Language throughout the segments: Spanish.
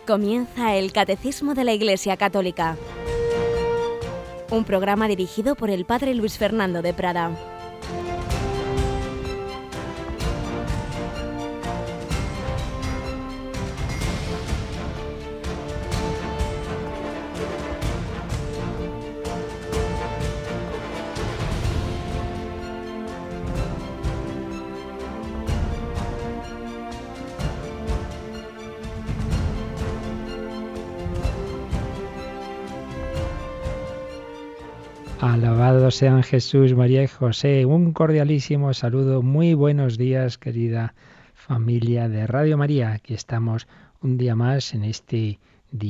Comienza el Catecismo de la Iglesia Católica, un programa dirigido por el Padre Luis Fernando de Prada. Alabados sean Jesús, María y José. Un cordialísimo saludo. Muy buenos días, querida familia de Radio María. Aquí estamos un día más en este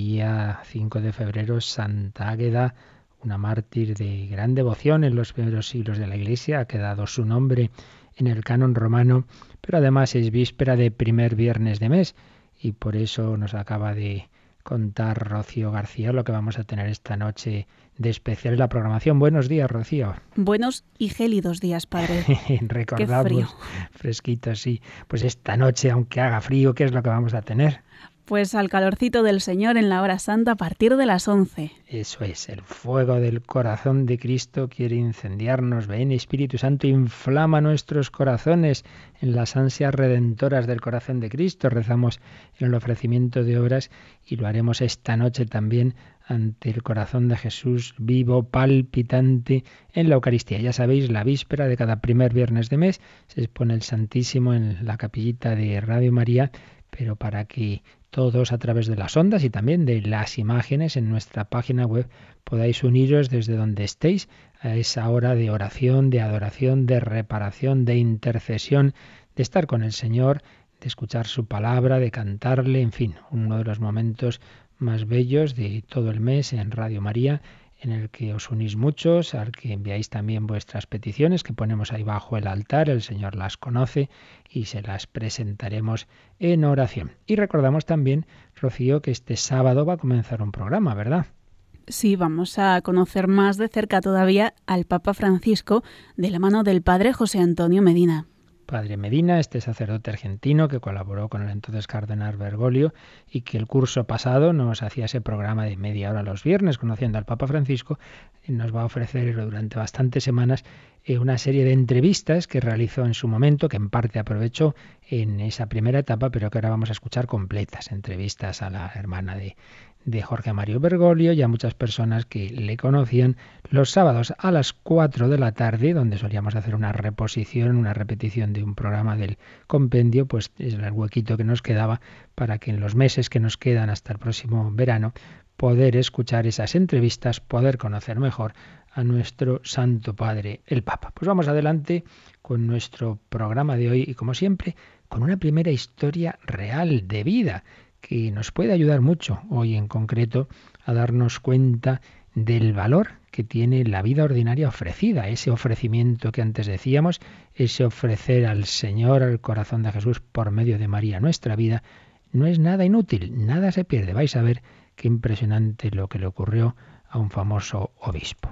día 5 de febrero, Santa Águeda, una mártir de gran devoción en los primeros siglos de la Iglesia. Ha quedado su nombre en el canon romano, pero además es víspera de primer viernes de mes y por eso nos acaba de contar Rocío García lo que vamos a tener esta noche de especial en la programación. Buenos días, Rocío. Buenos y gélidos días, padre. Recordamos, qué frío. Fresquito, sí. Pues esta noche, aunque haga frío, ¿qué es lo que vamos a tener? Pues al calorcito del Señor en la hora santa a partir de las 11. Eso es, el fuego del corazón de Cristo quiere incendiarnos. Ven, Espíritu Santo, inflama nuestros corazones en las ansias redentoras del corazón de Cristo. Rezamos en el ofrecimiento de obras y lo haremos esta noche también ante el corazón de Jesús vivo, palpitante en la Eucaristía. Ya sabéis, la víspera de cada primer viernes de mes se expone el Santísimo en la capillita de Radio María, pero para que todos a través de las ondas y también de las imágenes en nuestra página web podáis uniros desde donde estéis a esa hora de oración, de adoración, de reparación, de intercesión, de estar con el Señor, de escuchar su palabra, de cantarle, en fin, uno de los momentos más bellos de todo el mes en Radio María, en el que os unís muchos, al que enviáis también vuestras peticiones, que ponemos ahí bajo el altar, el Señor las conoce y se las presentaremos en oración. Y recordamos también, Rocío, que este sábado va a comenzar un programa, ¿verdad? Sí, vamos a conocer más de cerca todavía al Papa Francisco de la mano del Padre José Antonio Medina. Padre Medina, este sacerdote argentino que colaboró con el entonces cardenal Bergoglio y que el curso pasado nos hacía ese programa de media hora los viernes conociendo al Papa Francisco, y nos va a ofrecer durante bastantes semanas una serie de entrevistas que realizó en su momento, que en parte aprovechó en esa primera etapa, pero que ahora vamos a escuchar completas. Entrevistas a la hermana de Jorge Mario Bergoglio y a muchas personas que le conocían los sábados a las 4 de la tarde, donde solíamos hacer una reposición, una repetición de un programa del compendio, pues es el huequito que nos quedaba para que en los meses que nos quedan hasta el próximo verano poder escuchar esas entrevistas, poder conocer mejor a nuestro Santo Padre, el Papa. Pues vamos adelante con nuestro programa de hoy y, como siempre, con una primera historia real de vida que nos puede ayudar mucho hoy en concreto a darnos cuenta del valor que tiene la vida ordinaria ofrecida, ese ofrecimiento que antes decíamos, ese ofrecer al Señor, al corazón de Jesús por medio de María nuestra vida, no es nada inútil, nada se pierde. Vais a ver qué impresionante lo que le ocurrió a un famoso obispo.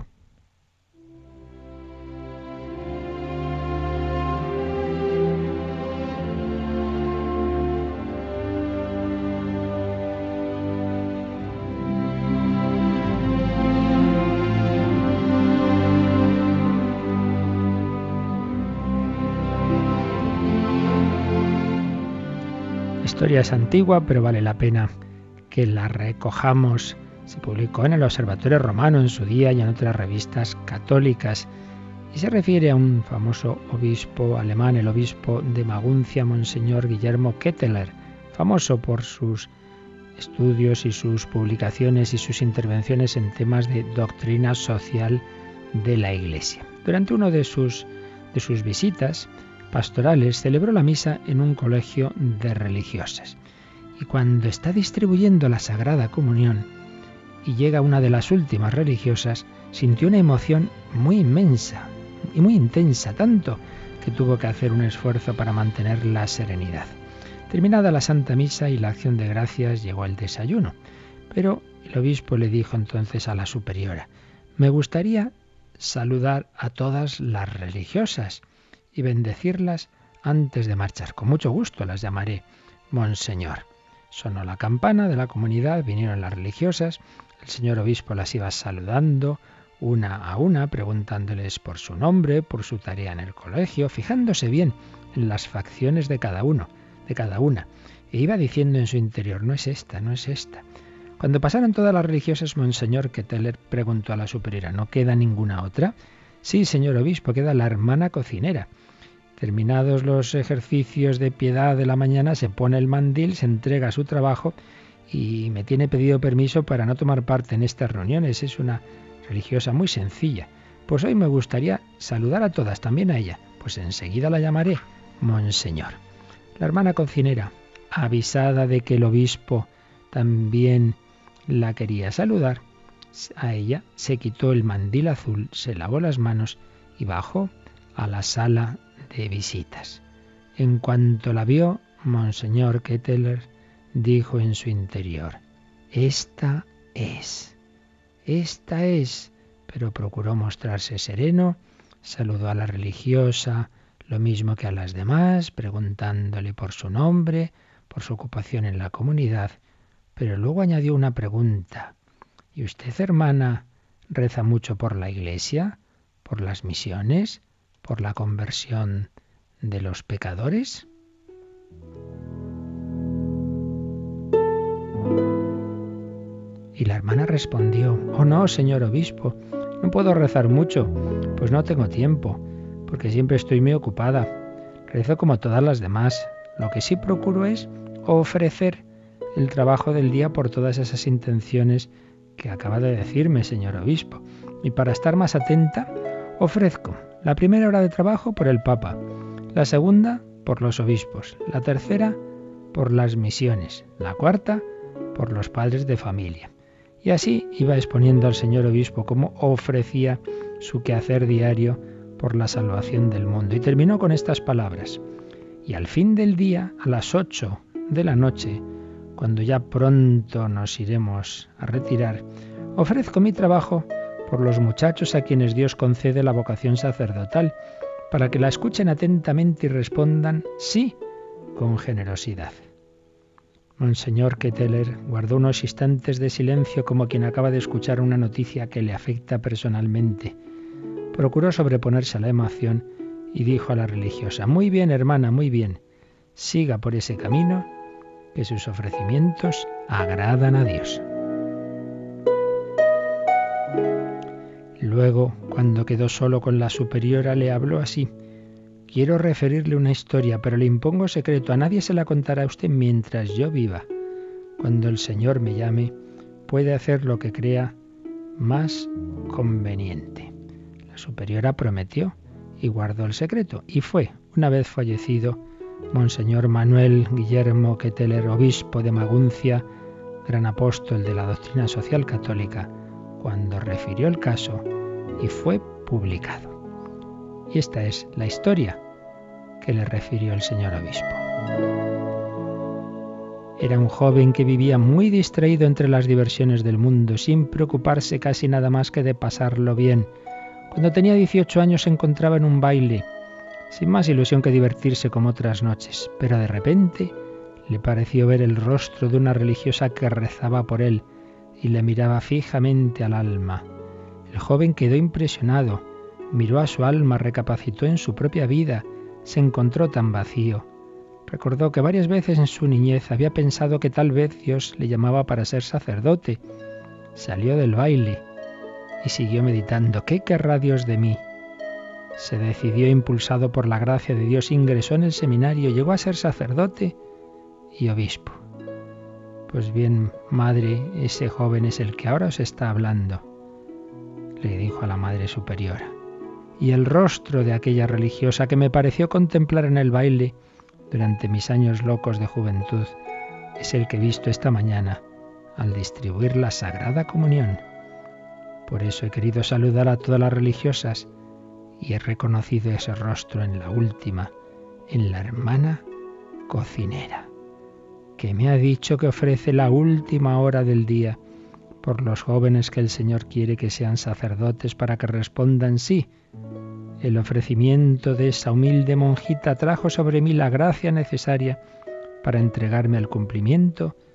La historia es antigua, pero vale la pena que la recojamos. Se publicó en el Observatorio Romano en su día y en otras revistas católicas. Y se refiere a un famoso obispo alemán, el obispo de Maguncia, Monseñor Guillermo Ketteler, famoso por sus estudios y sus publicaciones y sus intervenciones en temas de doctrina social de la Iglesia. Durante una de sus visitas pastorales celebró la misa en un colegio de religiosas. Y cuando está distribuyendo la Sagrada Comunión y llega una de las últimas religiosas, sintió una emoción muy inmensa y muy intensa, tanto que tuvo que hacer un esfuerzo para mantener la serenidad. Terminada la Santa Misa y la acción de gracias, llegó el desayuno. Pero el obispo le dijo entonces a la superiora: «Me gustaría saludar a todas las religiosas y bendecirlas antes de marchar. Con mucho gusto las llamaré, Monseñor». Sonó la campana de la comunidad, vinieron las religiosas, el señor obispo las iba saludando una a una, preguntándoles por su nombre, por su tarea en el colegio, fijándose bien en las facciones de cada uno, de cada una, e iba diciendo en su interior, no es esta, no es esta. Cuando pasaron todas las religiosas, Monseñor Ketteler preguntó a la superiora, ¿no queda ninguna otra? Sí, señor obispo, queda la hermana cocinera. Terminados los ejercicios de piedad de la mañana, se pone el mandil, se entrega a su trabajo y me tiene pedido permiso para no tomar parte en estas reuniones. Es una religiosa muy sencilla. Pues hoy me gustaría saludar a todas, también a ella. Pues enseguida la llamaré, Monseñor. La hermana cocinera, avisada de que el obispo también la quería saludar, a ella se quitó el mandil azul, se lavó las manos y bajó a la sala de visitas. En cuanto la vio, Monseñor Ketteler dijo en su interior, esta es, pero procuró mostrarse sereno, saludó a la religiosa, lo mismo que a las demás, preguntándole por su nombre, por su ocupación en la comunidad, pero luego añadió una pregunta. ¿Y usted, hermana, reza mucho por la Iglesia, por las misiones, por la conversión de los pecadores? Y la hermana respondió, oh no, señor obispo, no puedo rezar mucho, pues no tengo tiempo, porque siempre estoy muy ocupada. Rezo como todas las demás. Lo que sí procuro es ofrecer el trabajo del día por todas esas intenciones que acaba de decirme, señor obispo. Y para estar más atenta, ofrezco la primera hora de trabajo por el Papa, la segunda por los obispos, la tercera por las misiones, la cuarta por los padres de familia. Y así iba exponiendo al señor obispo cómo ofrecía su quehacer diario por la salvación del mundo. Y terminó con estas palabras. Y al fin del día, a las 8 de la noche, cuando ya pronto nos iremos a retirar, ofrezco mi trabajo por los muchachos a quienes Dios concede la vocación sacerdotal, para que la escuchen atentamente y respondan sí con generosidad. Monseñor Ketteler guardó unos instantes de silencio como quien acaba de escuchar una noticia que le afecta personalmente. Procuró sobreponerse a la emoción y dijo a la religiosa, muy bien, hermana, muy bien, siga por ese camino, que sus ofrecimientos agradan a Dios. Luego, cuando quedó solo con la superiora, le habló así, quiero referirle una historia, pero le impongo secreto, a nadie se la contará a usted mientras yo viva. Cuando el Señor me llame, puede hacer lo que crea más conveniente. La superiora prometió y guardó el secreto, y fue, una vez fallecido, Monseñor Manuel Guillermo Ketteler, obispo de Maguncia, gran apóstol de la doctrina social católica, cuando refirió el caso y fue publicado. Y esta es la historia que le refirió el señor obispo. Era un joven que vivía muy distraído entre las diversiones del mundo, sin preocuparse casi nada más que de pasarlo bien. Cuando tenía 18 años se encontraba en un baile, sin más ilusión que divertirse como otras noches, pero de repente le pareció ver el rostro de una religiosa que rezaba por él y le miraba fijamente al alma. El joven quedó impresionado, miró a su alma, recapacitó en su propia vida, se encontró tan vacío. Recordó que varias veces en su niñez había pensado que tal vez Dios le llamaba para ser sacerdote. Salió del baile y siguió meditando. ¿Qué querrá Dios de mí? Se decidió, impulsado por la gracia de Dios, ingresó en el seminario, llegó a ser sacerdote y obispo. Pues bien, madre, ese joven es el que ahora os está hablando, le dijo a la madre superiora. Y el rostro de aquella religiosa que me pareció contemplar en el baile durante mis años locos de juventud es el que he visto esta mañana al distribuir la Sagrada Comunión. Por eso he querido saludar a todas las religiosas y he reconocido ese rostro en la última, en la hermana cocinera, que me ha dicho que ofrece la última hora del día por los jóvenes que el Señor quiere que sean sacerdotes para que respondan sí. El ofrecimiento de esa humilde monjita trajo sobre mí la gracia necesaria para entregarme al cumplimiento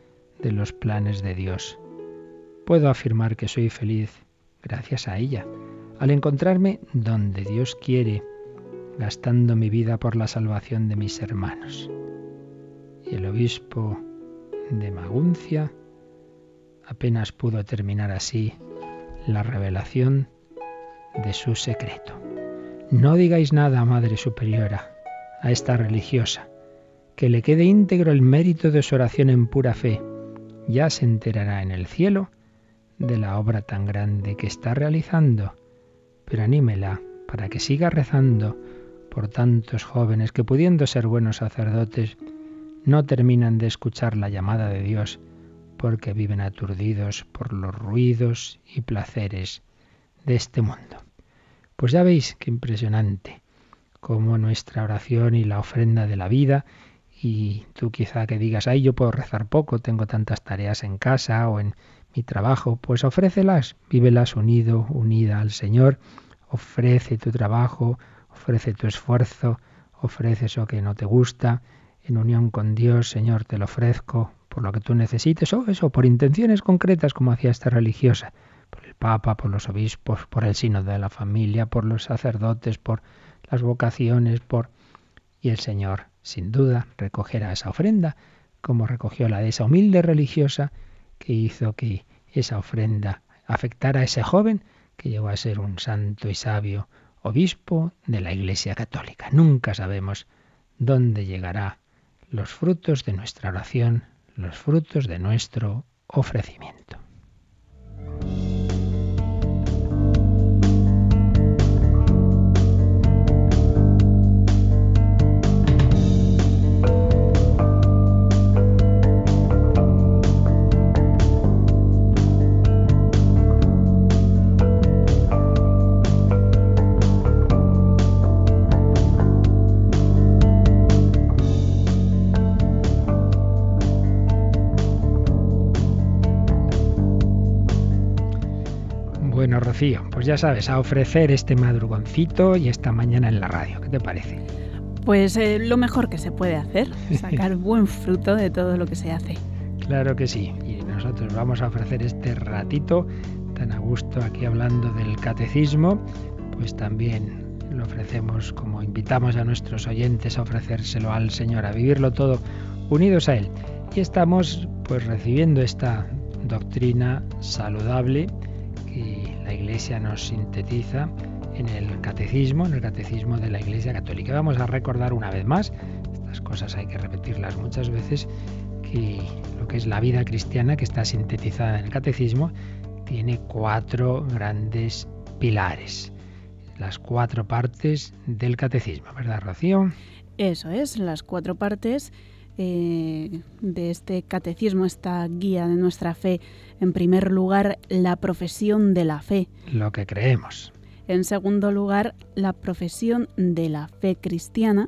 de los planes de Dios. Puedo afirmar que soy feliz gracias a ella, al encontrarme donde Dios quiere, gastando mi vida por la salvación de mis hermanos. Y el obispo de Maguncia apenas pudo terminar así la revelación de su secreto. No digáis nada, Madre Superiora, a esta religiosa, que le quede íntegro el mérito de su oración en pura fe. Ya se enterará en el cielo de la obra tan grande que está realizando, pero anímela para que siga rezando por tantos jóvenes que, pudiendo ser buenos sacerdotes, no terminan de escuchar la llamada de Dios porque viven aturdidos por los ruidos y placeres de este mundo. Pues ya veis qué impresionante cómo nuestra oración y la ofrenda de la vida, y tú quizá que digas, ay, yo puedo rezar poco, tengo tantas tareas en casa o en mi trabajo, pues ofrécelas, vívelas unido, unida al Señor, ofrece tu trabajo, ofrece tu esfuerzo, ofrece eso que no te gusta, en unión con Dios, Señor, te lo ofrezco por lo que tú necesites, o eso, por intenciones concretas como hacía esta religiosa, por el Papa, por los obispos, por el sínodo de la familia, por los sacerdotes, por las vocaciones, y el Señor, sin duda, recogerá esa ofrenda, como recogió la de esa humilde religiosa que hizo que esa ofrenda afectara a ese joven que llegó a ser un santo y sabio obispo de la Iglesia Católica. Nunca sabemos dónde llegará los frutos de nuestra oración, los frutos de nuestro ofrecimiento. Bueno, Rocío, pues ya sabes, a ofrecer este madrugoncito y esta mañana en la radio. ¿Qué te parece? Pues lo mejor que se puede hacer, sacar buen fruto de todo lo que se hace. Claro que sí, y nosotros vamos a ofrecer este ratito tan a gusto aquí hablando del catecismo, pues también lo ofrecemos como invitamos a nuestros oyentes a ofrecérselo al Señor, a vivirlo todo unidos a Él. Y estamos pues recibiendo esta doctrina saludable que la Iglesia nos sintetiza en el catecismo de la Iglesia Católica. Vamos a recordar una vez más, estas cosas hay que repetirlas muchas veces, que lo que es la vida cristiana, que está sintetizada en el catecismo, tiene 4 grandes pilares, las 4 partes del catecismo, ¿verdad, Rocío? Eso es, las 4 partes de este catecismo, esta guía de nuestra fe. En primer lugar, la profesión de la fe. Lo que creemos. En segundo lugar, la profesión de la fe cristiana.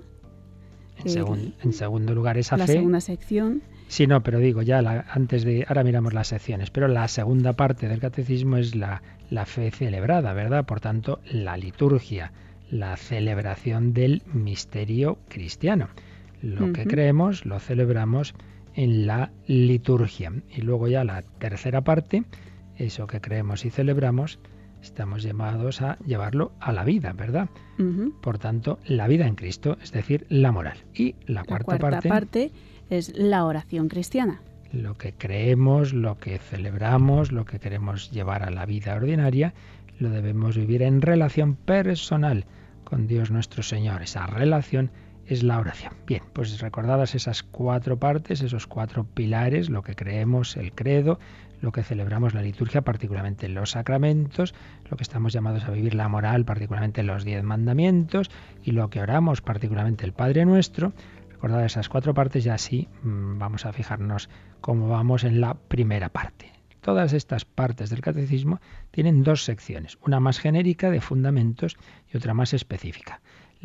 En segundo lugar, esa la fe. La segunda sección. Sí, no, pero digo ya, ahora miramos las secciones, pero la segunda parte del catecismo es la fe celebrada, ¿verdad? Por tanto, la liturgia, la celebración del misterio cristiano. Lo que creemos lo celebramos en la liturgia. Y luego ya la tercera parte, eso que creemos y celebramos, estamos llamados a llevarlo a la vida, ¿verdad? Por tanto, la vida en Cristo, es decir, la moral. Y la cuarta parte es la oración cristiana. Lo que creemos, lo que celebramos, lo que queremos llevar a la vida ordinaria, lo debemos vivir en relación personal con Dios nuestro Señor. Esa relación es la oración. Bien, pues recordadas esas 4 partes, esos 4 pilares, lo que creemos, el credo, lo que celebramos, la liturgia, particularmente los sacramentos, lo que estamos llamados a vivir la moral, particularmente los 10 mandamientos, y lo que oramos, particularmente el Padre Nuestro. Recordadas esas 4 partes, ya sí vamos a fijarnos cómo vamos en la primera parte. Todas estas partes del catecismo tienen 2 secciones, una más genérica de fundamentos y otra más específica.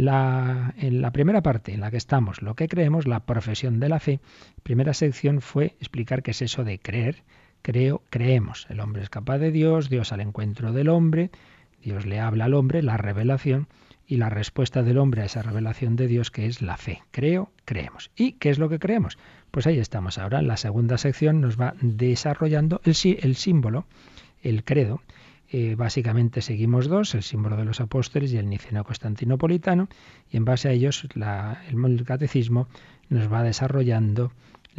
En la primera parte en la que estamos, lo que creemos, la profesión de la fe, primera sección fue explicar qué es eso de creer. Creemos. El hombre es capaz de Dios, Dios al encuentro del hombre, Dios le habla al hombre, la revelación, y la respuesta del hombre a esa revelación de Dios, que es la fe. Creo, creemos. ¿Y qué es lo que creemos? Pues ahí estamos ahora. La segunda sección nos va desarrollando el símbolo, el credo. Básicamente seguimos dos, el símbolo de los apóstoles y el niceno constantinopolitano, y en base a ellos el catecismo nos va desarrollando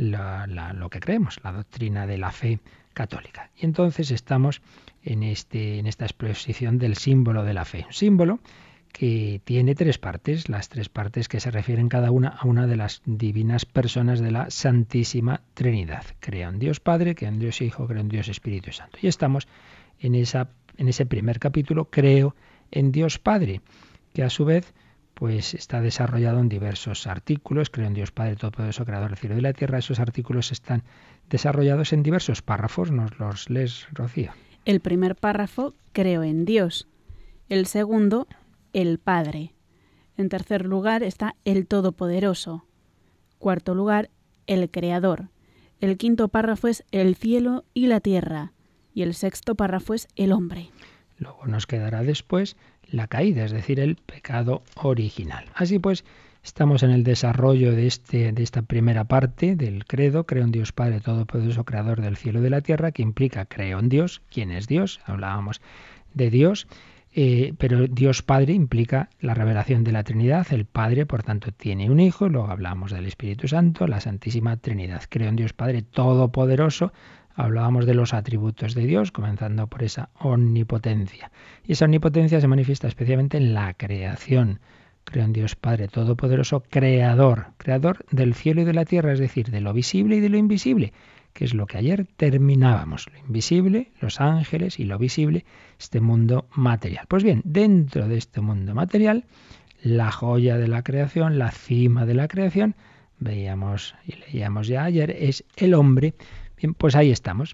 lo que creemos, la doctrina de la fe católica. Y entonces estamos en esta exposición del símbolo de la fe. Un símbolo que tiene tres partes, las tres partes que se refieren cada una a una de las divinas personas de la Santísima Trinidad. Creo en Dios Padre, creo en Dios Hijo, creo en Dios Espíritu Santo. Y estamos en ese primer capítulo, creo en Dios Padre, que a su vez pues está desarrollado en diversos artículos. Creo en Dios Padre Todopoderoso, Creador del cielo y de la tierra. Esos artículos están desarrollados en diversos párrafos. ¿Nos los lees, Rocío? El primer párrafo, creo en Dios. El segundo, el Padre. En tercer lugar está el Todopoderoso. Cuarto lugar, el Creador. El quinto párrafo es el cielo y la tierra. Y el sexto párrafo es el hombre. Luego nos quedará después la caída, es decir, el pecado original. Así pues, estamos en el desarrollo de esta primera parte del credo, creo en Dios Padre Todopoderoso, Creador del cielo y de la tierra, que implica creo en Dios. ¿Quién es Dios? Hablábamos de Dios, pero Dios Padre implica la revelación de la Trinidad. El Padre, por tanto, tiene un Hijo. Luego hablamos del Espíritu Santo, la Santísima Trinidad. Creo en Dios Padre Todopoderoso. Hablábamos de los atributos de Dios, comenzando por esa omnipotencia. Y esa omnipotencia se manifiesta especialmente en la creación. Creo en Dios Padre Todopoderoso, Creador del cielo y de la tierra, es decir, de lo visible y de lo invisible, que es lo que ayer terminábamos. Lo invisible, los ángeles, y lo visible, este mundo material. Pues bien, dentro de este mundo material, la joya de la creación, la cima de la creación, veíamos y leíamos ya ayer, es el hombre. Bien, pues ahí estamos.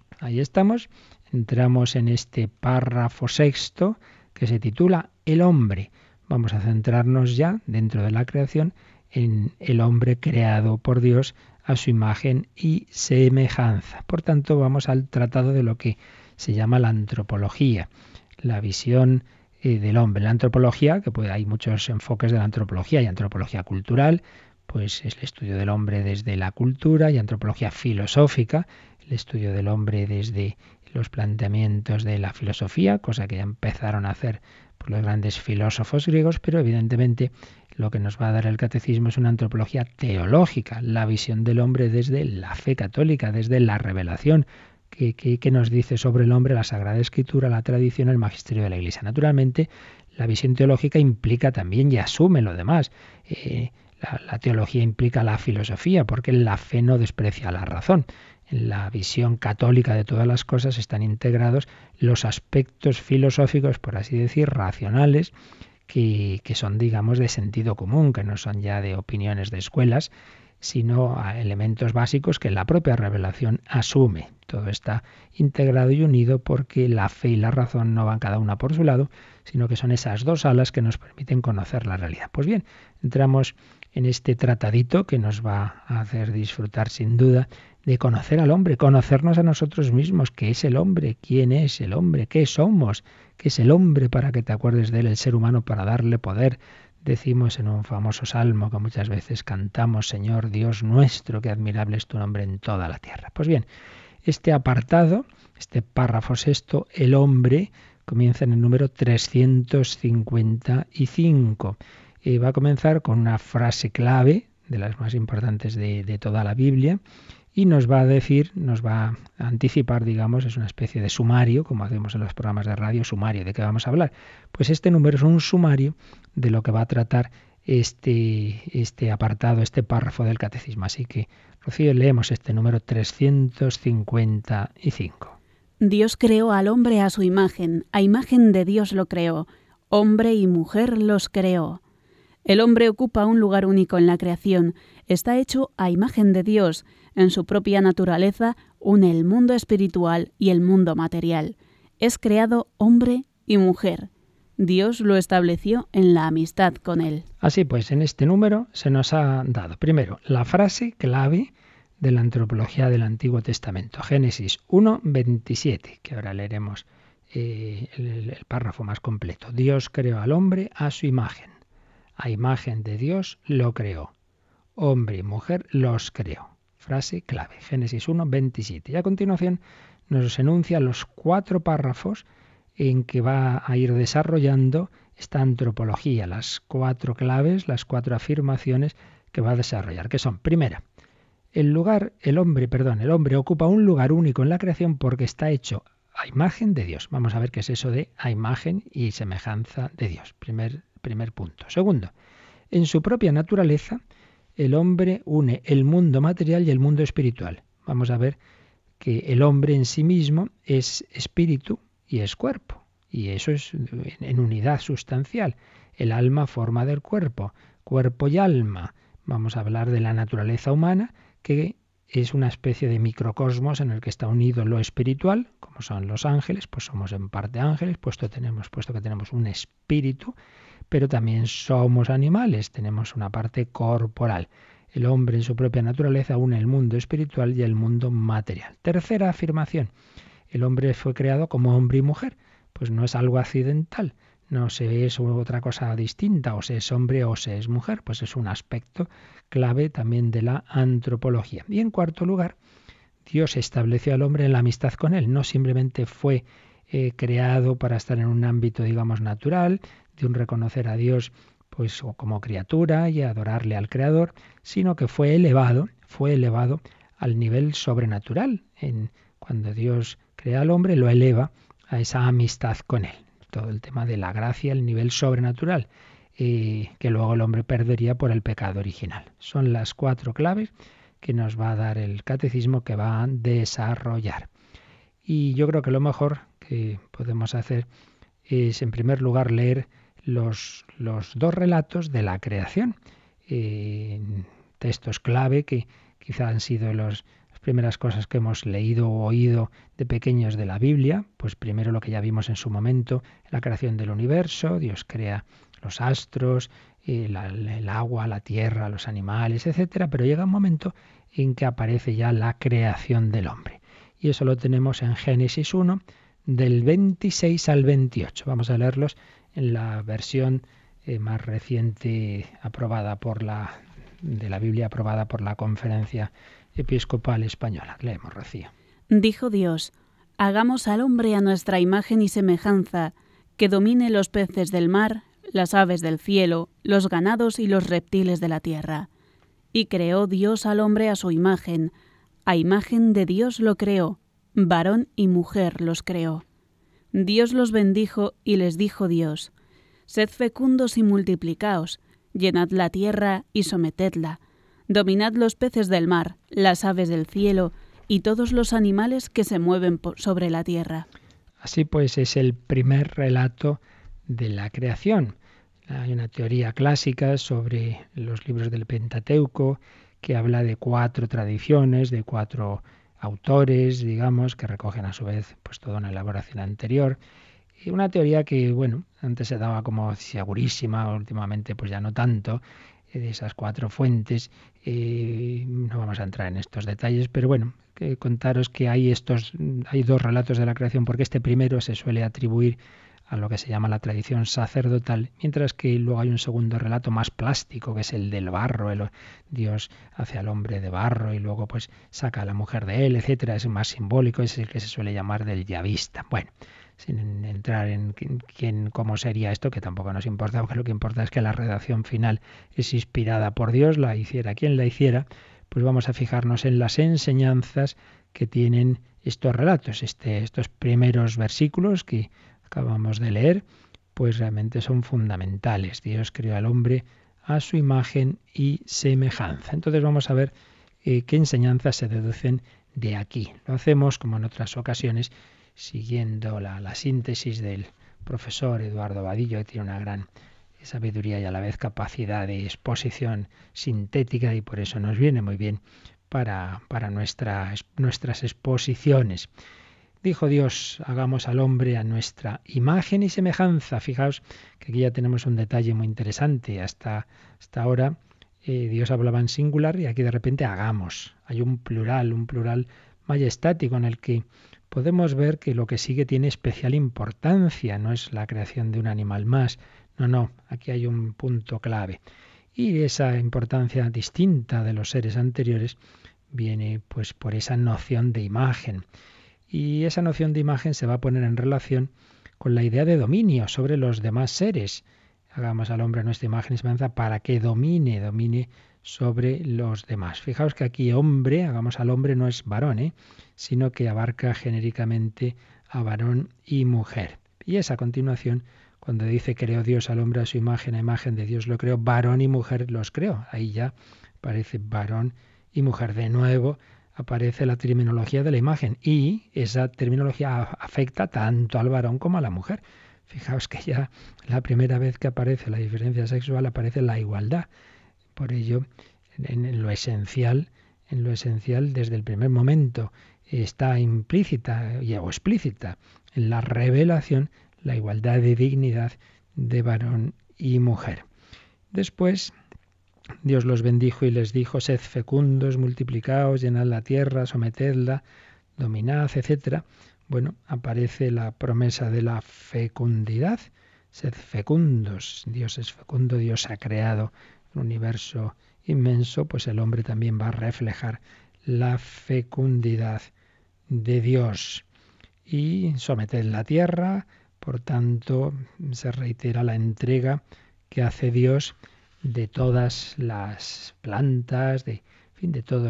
Entramos en este párrafo sexto que se titula El hombre. Vamos a centrarnos ya dentro de la creación en el hombre creado por Dios a su imagen y semejanza. Por tanto, vamos al tratado de lo que se llama la antropología, la visión del hombre. La antropología, hay muchos enfoques de la antropología. Hay antropología cultural, pues es el estudio del hombre desde la cultura, y antropología filosófica, el estudio del hombre desde los planteamientos de la filosofía, cosa que ya empezaron a hacer por los grandes filósofos griegos, pero evidentemente lo que nos va a dar el catecismo es una antropología teológica, la visión del hombre desde la fe católica, desde la revelación, que nos dice sobre el hombre la Sagrada Escritura, la tradición, el magisterio de la Iglesia. Naturalmente, la visión teológica implica también y asume lo demás. La teología implica la filosofía, porque la fe no desprecia la razón. En la visión católica de todas las cosas están integrados los aspectos filosóficos, por así decir, racionales, que son, digamos, de sentido común, que no son ya de opiniones de escuelas, sino a elementos básicos que la propia revelación asume. Todo está integrado y unido porque la fe y la razón no van cada una por su lado, sino que son esas dos alas que nos permiten conocer la realidad. Pues bien, entramos en este tratadito que nos va a hacer disfrutar sin duda de conocer al hombre, conocernos a nosotros mismos. ¿Qué es el hombre? ¿Quién es el hombre? ¿Qué somos? ¿Qué es el hombre para que te acuerdes de él? El ser humano para darle poder. Decimos en un famoso salmo que muchas veces cantamos: Señor Dios nuestro, qué admirable es tu nombre en toda la tierra. Pues bien, este apartado, este párrafo sexto, el hombre, comienza en el número 355. Y va a comenzar con una frase clave, de las más importantes de toda la Biblia, y nos va a anticipar, digamos, es una especie de sumario, como hacemos en los programas de radio, sumario, ¿de qué vamos a hablar? Pues este número es un sumario de lo que va a tratar este apartado, este párrafo del catecismo. Así que, Rocío, leemos este número 355. Dios creó al hombre a su imagen de Dios lo creó, hombre y mujer los creó. El hombre ocupa un lugar único en la creación, está hecho a imagen de Dios, en su propia naturaleza une el mundo espiritual y el mundo material. Es creado hombre y mujer. Dios lo estableció en la amistad con él. Así pues, en este número se nos ha dado, primero, la frase clave de la antropología del Antiguo Testamento, Génesis 1:27, que ahora leeremos el párrafo más completo. Dios creó al hombre a su imagen. A imagen de Dios lo creó. Hombre y mujer los creó. Frase clave, Génesis 1, 27. Y a continuación nos enuncia los 4 párrafos en que va a ir desarrollando esta antropología, las 4 claves, las 4 afirmaciones que va a desarrollar, que son, primera, el hombre ocupa un lugar único en la creación porque está hecho a imagen de Dios. Vamos a ver qué es eso de a imagen y semejanza de Dios. Primer punto. Segundo, en su propia naturaleza, el hombre une el mundo material y el mundo espiritual. Vamos a ver que el hombre en sí mismo es espíritu y es cuerpo. Y eso es en unidad sustancial. El alma forma del cuerpo, cuerpo y alma. Vamos a hablar de la naturaleza humana, que es una especie de microcosmos en el que está unido lo espiritual, como son los ángeles, pues somos en parte ángeles, puesto que tenemos un espíritu, pero también somos animales, tenemos una parte corporal. El hombre en su propia naturaleza une el mundo espiritual y el mundo material. Tercera afirmación, el hombre fue creado como hombre y mujer, pues no es algo accidental, no se es otra cosa distinta, o se es hombre o se es mujer, pues es un aspecto clave también de la antropología. Y en cuarto lugar, Dios estableció al hombre en la amistad con él, no simplemente fue creado para estar en un ámbito, digamos, natural, de un reconocer a Dios pues como criatura y adorarle al Creador, sino que fue elevado al nivel sobrenatural. Cuando Dios crea al hombre, lo eleva a esa amistad con él. Todo el tema de la gracia, el nivel sobrenatural, que luego el hombre perdería por el pecado original. Son las 4 claves que nos va a dar el catecismo, que va a desarrollar. Y yo creo que lo mejor que podemos hacer es, en primer lugar, leer los 2 relatos de la creación. Textos clave que quizá han sido las primeras cosas que hemos leído o oído de pequeños de la Biblia. Pues primero lo que ya vimos en su momento, la creación del universo. Dios crea los astros, el agua, la tierra, los animales, etcétera. Pero llega un momento en que aparece ya la creación del hombre. Y eso lo tenemos en Génesis 1, del 26 al 28. Vamos a leerlos en la versión más reciente de la Biblia aprobada por la Conferencia Episcopal Española. Leemos, Rocío. Dijo Dios: hagamos al hombre a nuestra imagen y semejanza, que domine los peces del mar, las aves del cielo, los ganados y los reptiles de la tierra. Y creó Dios al hombre a su imagen, a imagen de Dios lo creó, varón y mujer los creó. Dios los bendijo y les dijo Dios: sed fecundos y multiplicaos, llenad la tierra y sometedla, dominad los peces del mar, las aves del cielo y todos los animales que se mueven sobre la tierra. Así pues es el primer relato de la creación. Hay una teoría clásica sobre los libros del Pentateuco que habla de 4 tradiciones, de 4 autores, digamos, que recogen a su vez pues toda una elaboración anterior. Y una teoría que, bueno, antes se daba como segurísima, últimamente pues ya no tanto, de esas 4 fuentes. No vamos a entrar en estos detalles, pero bueno, que contaros que hay 2 relatos de la creación, porque este primero se suele atribuir a lo que se llama la tradición sacerdotal, mientras que luego hay un segundo relato más plástico, que es el del barro. Dios hace al hombre de barro y luego pues saca a la mujer de él, etcétera. Es más simbólico, es el que se suele llamar del yavista. Bueno, sin entrar en cómo sería esto, que tampoco nos importa, porque lo que importa es que la redacción final es inspirada por Dios, la hiciera quien la hiciera. Pues vamos a fijarnos en las enseñanzas que tienen estos relatos. Estos primeros versículos que acabamos de leer, pues realmente son fundamentales. Dios creó al hombre a su imagen y semejanza. Entonces vamos a ver qué enseñanzas se deducen de aquí. Lo hacemos, como en otras ocasiones, siguiendo la síntesis del profesor Eduardo Vadillo, que tiene una gran sabiduría y a la vez capacidad de exposición sintética, y por eso nos viene muy bien para nuestras exposiciones. Dijo Dios: hagamos al hombre a nuestra imagen y semejanza. Fijaos que aquí ya tenemos un detalle muy interesante. Hasta ahora Dios hablaba en singular y aquí de repente hagamos. Hay un plural majestático en el que podemos ver que lo que sigue tiene especial importancia, no es la creación de un animal más, no, aquí hay un punto clave. Y esa importancia distinta de los seres anteriores viene pues por esa noción de imagen. Y esa noción de imagen se va a poner en relación con la idea de dominio sobre los demás seres. Hagamos al hombre a nuestra imagen y semejanza para que domine sobre los demás. Fijaos que aquí hombre, hagamos al hombre, no es varón, sino que abarca genéricamente a varón y mujer. Y es a continuación cuando dice creó Dios al hombre a su imagen, a imagen de Dios lo creó, varón y mujer los creó. Ahí ya aparece varón y mujer. De nuevo aparece la terminología de la imagen y esa terminología afecta tanto al varón como a la mujer. Fijaos que ya la primera vez que aparece la diferencia sexual aparece la igualdad. Por ello, en lo esencial, desde el primer momento está implícita o explícita en la revelación la igualdad de dignidad de varón y mujer. Después, Dios los bendijo y les dijo, sed fecundos, multiplicaos, llenad la tierra, sometedla, dominad, etc. Bueno, aparece la promesa de la fecundidad. Sed fecundos, Dios es fecundo, Dios ha creado un universo inmenso, pues el hombre también va a reflejar la fecundidad de Dios. Y someted la tierra, por tanto, se reitera la entrega que hace Dios de todas las plantas, de todos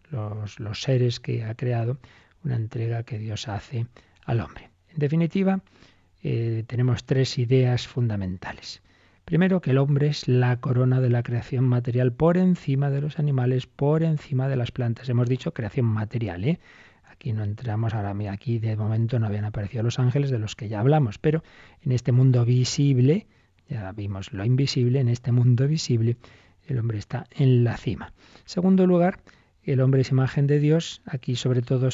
los seres que ha creado, una entrega que Dios hace al hombre. En definitiva, tenemos tres ideas fundamentales. Primero, que el hombre es la corona de la creación material por encima de los animales, por encima de las plantas. Hemos dicho creación material, Aquí no entramos, aquí de momento no habían aparecido los ángeles de los que ya hablamos, pero en este mundo visible, ya vimos lo invisible, en este mundo visible el hombre está en la cima. Segundo lugar, el hombre es imagen de Dios, aquí sobre todo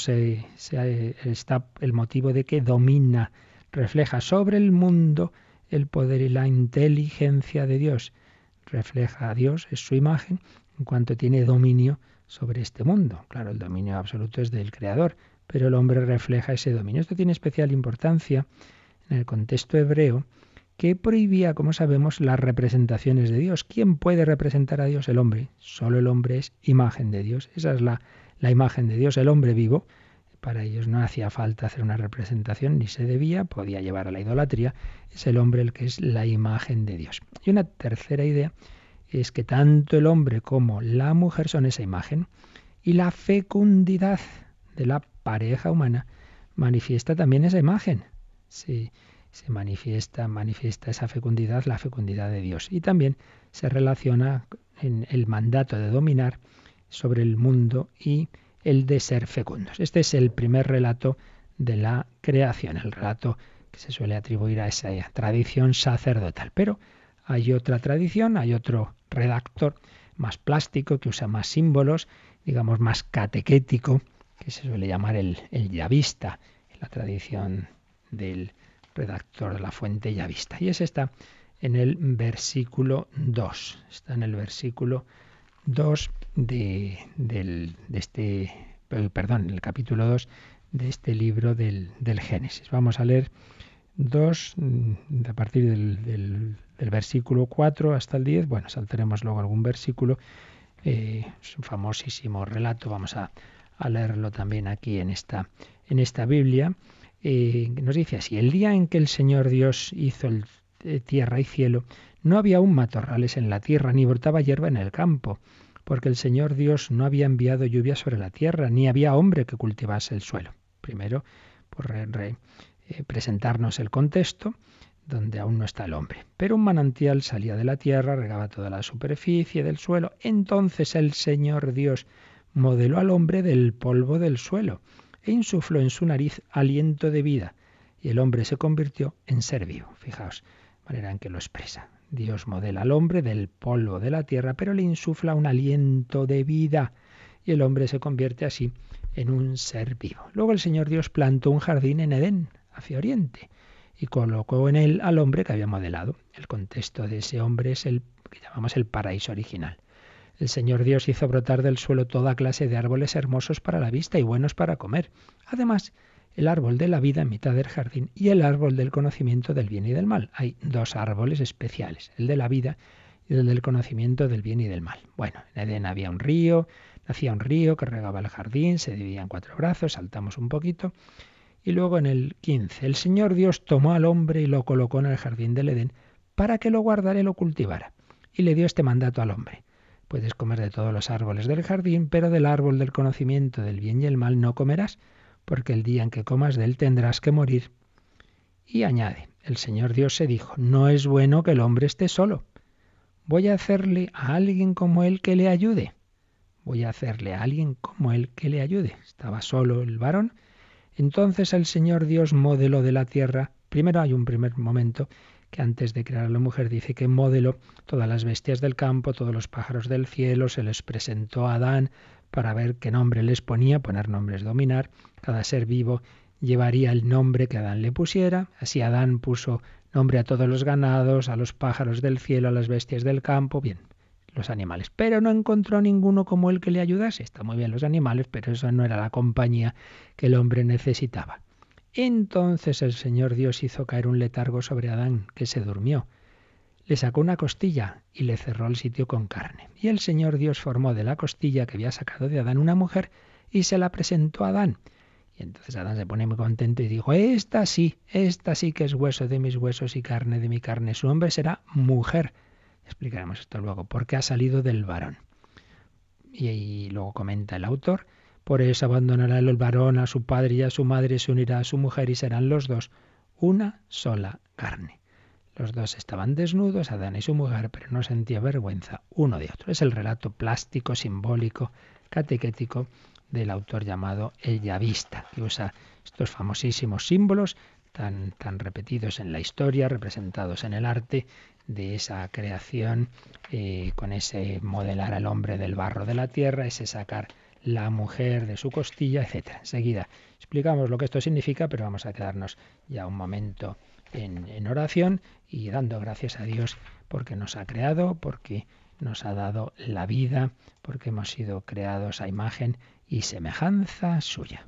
está el motivo de que domina, refleja sobre el mundo el poder y la inteligencia de Dios. Refleja a Dios, es su imagen, en cuanto tiene dominio sobre este mundo. Claro, el dominio absoluto es del Creador, pero el hombre refleja ese dominio. Esto tiene especial importancia en el contexto hebreo, que prohibía, como sabemos, las representaciones de Dios. ¿Quién puede representar a Dios? El hombre. Solo el hombre es imagen de Dios. Esa es la imagen de Dios, el hombre vivo. Para ellos no hacía falta hacer una representación, ni se debía, podía llevar a la idolatría. Es el hombre el que es la imagen de Dios. Y una tercera idea es que tanto el hombre como la mujer son esa imagen y la fecundidad de la pareja humana manifiesta también esa imagen. Se manifiesta esa fecundidad, la fecundidad de Dios. Y también se relaciona en el mandato de dominar sobre el mundo y el de ser fecundos. Este es el primer relato de la creación, el relato que se suele atribuir a esa tradición sacerdotal. Pero hay otra tradición, hay otro redactor más plástico, que usa más símbolos, digamos más catequético, que se suele llamar el yavista, en la tradición del redactor de la fuente yavista. Y ese está en el versículo 2. Está en el versículo 2 en el capítulo 2 de este libro del Génesis. Vamos a leer a partir del versículo 4 hasta el 10. Bueno, saltaremos luego algún versículo. Es un famosísimo relato. Vamos a leerlo también aquí en esta Biblia. Nos dice así: el día en que el Señor Dios hizo tierra y cielo, no había aún matorrales en la tierra, ni brotaba hierba en el campo, porque el Señor Dios no había enviado lluvia sobre la tierra, ni había hombre que cultivase el suelo. Primero, por presentarnos el contexto, donde aún no está el hombre. Pero un manantial salía de la tierra, regaba toda la superficie del suelo. Entonces el Señor Dios modeló al hombre del polvo del suelo e insufló en su nariz aliento de vida, y el hombre se convirtió en ser vivo. Fijaos, manera en que lo expresa. Dios modela al hombre del polvo de la tierra, pero le insufla un aliento de vida, y el hombre se convierte así en un ser vivo. Luego el Señor Dios plantó un jardín en Edén, hacia oriente, y colocó en él al hombre que había modelado. El contexto de ese hombre es el que llamamos el paraíso original. El Señor Dios hizo brotar del suelo toda clase de árboles hermosos para la vista y buenos para comer. Además, el árbol de la vida en mitad del jardín y el árbol del conocimiento del bien y del mal. Hay dos árboles especiales, el de la vida y el del conocimiento del bien y del mal. Bueno, en Edén había un río, nacía un río que regaba el jardín, se dividía en 4 brazos, saltamos un poquito. Y luego en el 15, el Señor Dios tomó al hombre y lo colocó en el jardín del Edén para que lo guardara y lo cultivara. Y le dio este mandato al hombre: puedes comer de todos los árboles del jardín, pero del árbol del conocimiento del bien y el mal no comerás, porque el día en que comas de él tendrás que morir. Y añade, el Señor Dios se dijo: no es bueno que el hombre esté solo. Voy a hacerle a alguien como él que le ayude. Voy a hacerle a alguien como él que le ayude. Estaba solo el varón. Entonces el Señor Dios modeló de la tierra. Primero hay un primer momento que antes de crear a la mujer dice que modeló todas las bestias del campo, todos los pájaros del cielo, se les presentó a Adán para ver qué nombre les ponía, poner nombres, dominar. Cada ser vivo llevaría el nombre que Adán le pusiera. Así Adán puso nombre a todos los ganados, a los pájaros del cielo, a las bestias del campo, bien, los animales. Pero no encontró ninguno como él que le ayudase. Está muy bien los animales, pero eso no era la compañía que el hombre necesitaba. Entonces el Señor Dios hizo caer un letargo sobre Adán, que se durmió. Le sacó una costilla y le cerró el sitio con carne. Y el Señor Dios formó de la costilla que había sacado de Adán una mujer y se la presentó a Adán. Y entonces Adán se pone muy contento y dijo: esta sí que es hueso de mis huesos y carne de mi carne. Su nombre será mujer. Explicaremos esto luego, porque ha salido del varón. Y luego comenta el autor: por eso abandonará el varón a su padre y a su madre, se unirá a su mujer y serán los dos una sola carne. Los dos estaban desnudos, Adán y su mujer, pero no sentía vergüenza uno de otro. Es el relato plástico, simbólico, catequético del autor llamado El Yavista, que usa estos famosísimos símbolos tan repetidos en la historia, representados en el arte, de esa creación, con ese modelar al hombre del barro de la tierra, ese sacar la mujer de su costilla, etc. Enseguida explicamos lo que esto significa, pero vamos a quedarnos ya un momento en oración y dando gracias a Dios porque nos ha creado, porque nos ha dado la vida, porque hemos sido creados a imagen y semejanza suya.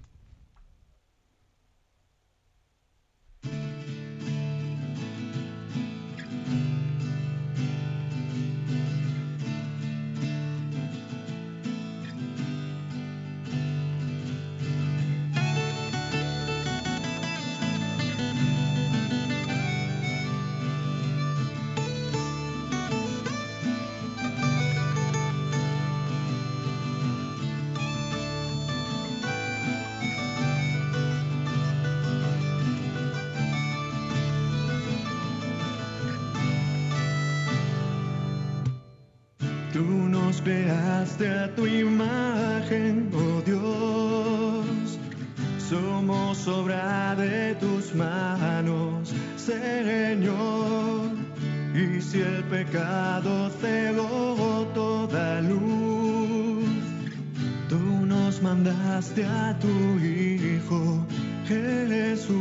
Creaste a tu imagen, oh Dios, somos obra de tus manos, Señor, y si el pecado cegó toda luz, tú nos mandaste a tu Hijo, Jesús.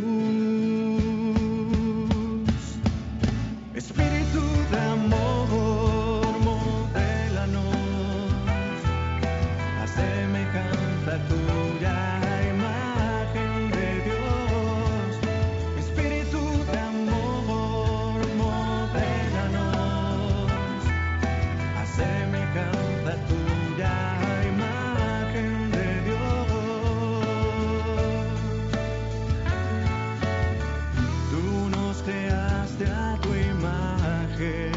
Espíritu de amor, semejanza tuya, imagen de Dios. Espíritu de amor, modélanos a semejanza tuya, imagen de Dios. Tú nos creaste a tu imagen.